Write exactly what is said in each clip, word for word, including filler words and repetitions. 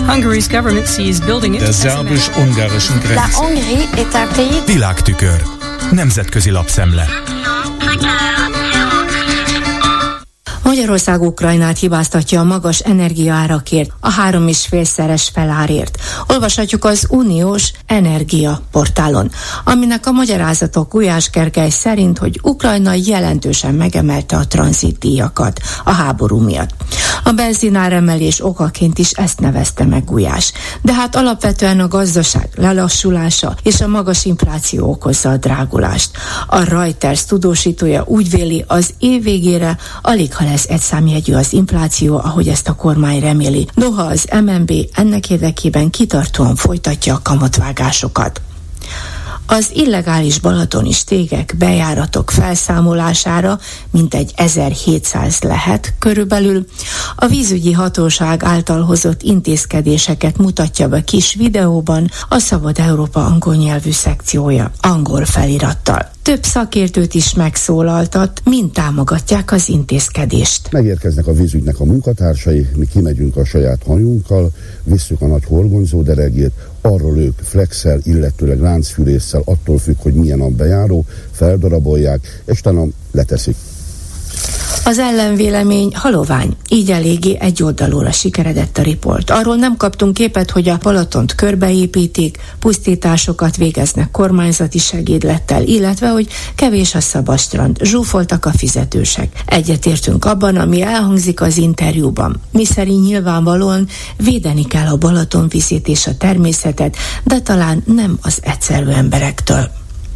Hungary's government sees building it. Der szerbus-ungarischen Grenze. La Hongrie est un pays. Világtükör. Nemzetközi lapszemle. Magyarország Ukrajnát hibáztatja a magas energiaárakért, a három és félszeres felárért. Olvashatjuk az uniós energia portálon, aminek a magyarázatok Gulyás Gergely szerint, hogy Ukrajna jelentősen megemelte a tranzitdíjakat a háború miatt. A benzináremelés okaként is ezt nevezte meg Gulyás. De hát alapvetően a gazdaság lelassulása és a magas infláció okozza a drágulást. A Reuters tudósítója úgy véli, az év végére alig ha lesz egyszámjegyű az infláció, ahogy ezt a kormány reméli. Noha az em en bé ennek érdekében kitartóan folytatja a kamatvágásokat. Az illegális balatoni stégek, bejáratok felszámolására mintegy ezerhétszáz lehet körülbelül. A vízügyi hatóság által hozott intézkedéseket mutatja be kis videóban a Szabad Európa angol nyelvű szekciója, angol felirattal. Több szakértőt is megszólaltat, mind támogatják az intézkedést. Megérkeznek a vízügynek a munkatársai, mi kimegyünk a saját hajunkkal, visszük a nagy horgonyzóderegét, arról ők flexel, illetőleg láncfűrésszel, attól függ, hogy milyen a bejáró, feldarabolják, és talán leteszik. Az ellenvélemény halovány, így eléggé egy oldalúra sikeredett a riport. Arról nem kaptunk képet, hogy a Balatont körbeépítik, pusztításokat végeznek kormányzati segédlettel, illetve hogy kevés a szabadstrand, zsúfoltak a fizetősek. Egyetértünk abban, ami elhangzik az interjúban. Miszerint nyilvánvalóan védeni kell a Balaton vizét és a természetet, de talán nem az egyszerű emberektől.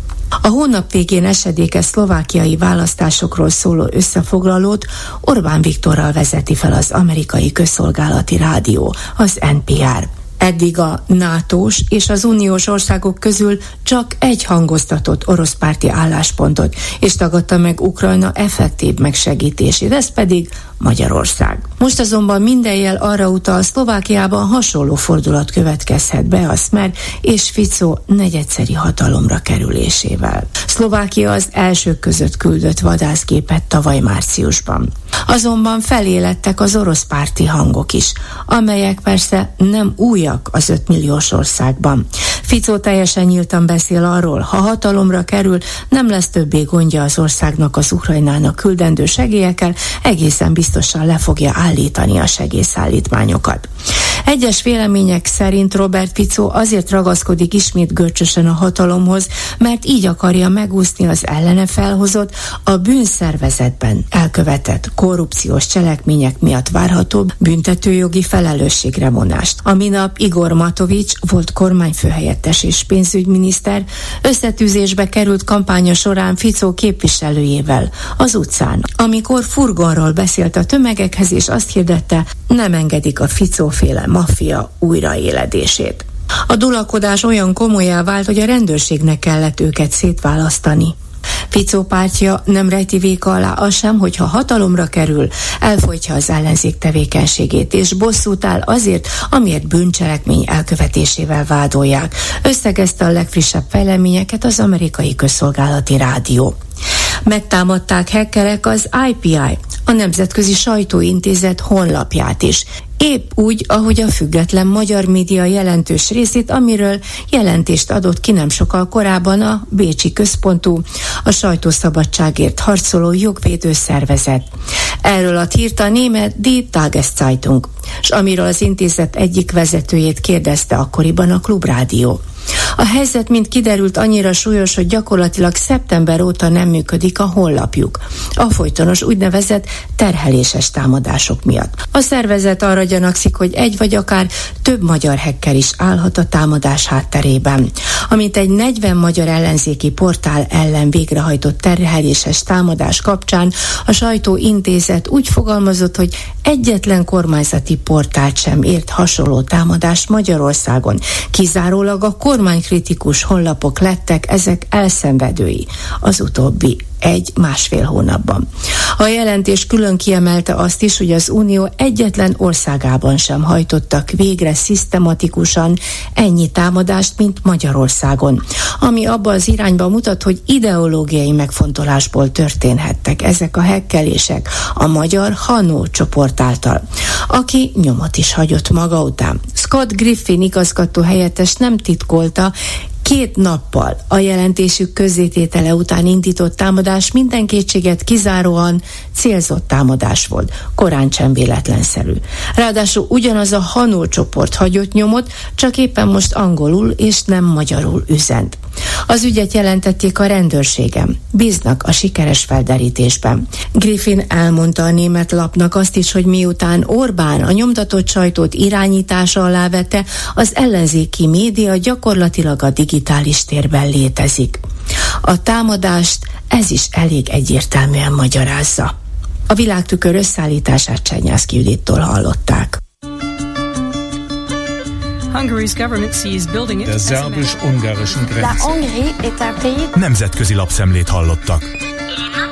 A hónap végén esedékes szlovákiai választásokról szóló összefoglalót Orbán Viktorral vezeti fel az amerikai közszolgálati rádió, az en pé er. Eddig a nátós és az uniós országok közül csak egy hangoztatott orosz párti álláspontot, és tagadta meg Ukrajna effektív megsegítését, ez pedig Magyarország. Most azonban minden jel arra utal, Szlovákiában hasonló fordulat következhet be a Smer és Fico negyedszeri hatalomra kerülésével. Szlovákia az elsők között küldött vadászgépet tavaly márciusban. Azonban felélettek az orosz párti hangok is, amelyek persze nem újak az ötmilliós országban. Fico teljesen nyíltan beszél arról, ha hatalomra kerül, nem lesz többé gondja az országnak az Ukrajnának küldendő segélyekkel, egészen biztosan le fogja állítani a segélyszállítmányokat. Egyes vélemények szerint Robert Fico azért ragaszkodik ismét görcsösen a hatalomhoz, mert így akarja megúszni az ellene felhozott, a bűnszervezetben elkövetett korrupciós cselekmények miatt várható büntetőjogi felelősségre vonást. A minap Igor Matovics volt kormányfőhelyettes és pénzügyminiszter összetűzésbe került kampánya során Fico képviselőjével az utcán, amikor furgonról beszélt a tömegekhez, és azt hirdette, nem engedik a Fico-féle maffia újraéledését. A dulakodás olyan komolyá vált, hogy a rendőrségnek kellett őket szétválasztani. Fico pártja nem rejti véka alá az sem, hogy ha hatalomra kerül, elfolytja az ellenzék tevékenységét, és bosszút áll azért, amiért bűncselekmény elkövetésével vádolják. Összegezte a legfrissebb fejleményeket az amerikai közszolgálati rádió. Megtámadták hackerek az i pé i, a Nemzetközi Sajtóintézet honlapját is. Épp úgy, ahogy a független magyar média jelentős részét, amiről jelentést adott ki nem sokkal korábban a bécsi központú, a sajtószabadságért harcoló jogvédő szervezet. Erről a hírt a német Die Tageszeitung, és amiről az intézet egyik vezetőjét kérdezte akkoriban a Klubrádió. A helyzet, mint kiderült, annyira súlyos, hogy gyakorlatilag szeptember óta nem működik a honlapjuk, a folytonos úgynevezett terheléses támadások miatt. A szervezet arra gyanakszik, hogy egy vagy akár több magyar hacker is állhat a támadás hátterében. Amint egy negyven magyar ellenzéki portál ellen végrehajtott terheléses támadás kapcsán a Sajtóintézet úgy fogalmazott, hogy egyetlen kormányzati portált sem ért hasonló támadást Magyarországon. Kizárólag a kormánykritikus honlapok lettek ezek elszenvedői az utóbbi egy-másfél hónapban. A jelentés külön kiemelte azt is, hogy az Unió egyetlen országában sem hajtottak végre szisztematikusan ennyi támadást, mint Magyarországon, ami abba az irányba mutat, hogy ideológiai megfontolásból történhettek ezek a hekkelések a magyar Hanó csoport által, aki nyomot is hagyott maga után. Scott Griffin igazgató helyettes nem titkolta, két nappal a jelentésük közzététele után indított támadás minden kétséget kizáróan célzott támadás volt, korán sem véletlenszerű. Ráadásul ugyanaz a Hanul csoport hagyott nyomot, csak éppen most angolul és nem magyarul üzent. Az ügyet jelentették a rendőrségem. Bíznak a sikeres felderítésben. Griffin elmondta a német lapnak azt is, hogy miután Orbán a nyomtatott sajtót irányítása alá vette, az ellenzéki média gyakorlatilag a digitális térben létezik. A támadást ez is elég egyértelműen magyarázza. A Világtükör összeállítását Csernyászky Judittól hallották. Hungary's government sees building it Der as a szerbus-ungarischen La Grenze. Hongrie est un pays Nemzetközi lapszemlét hallottak.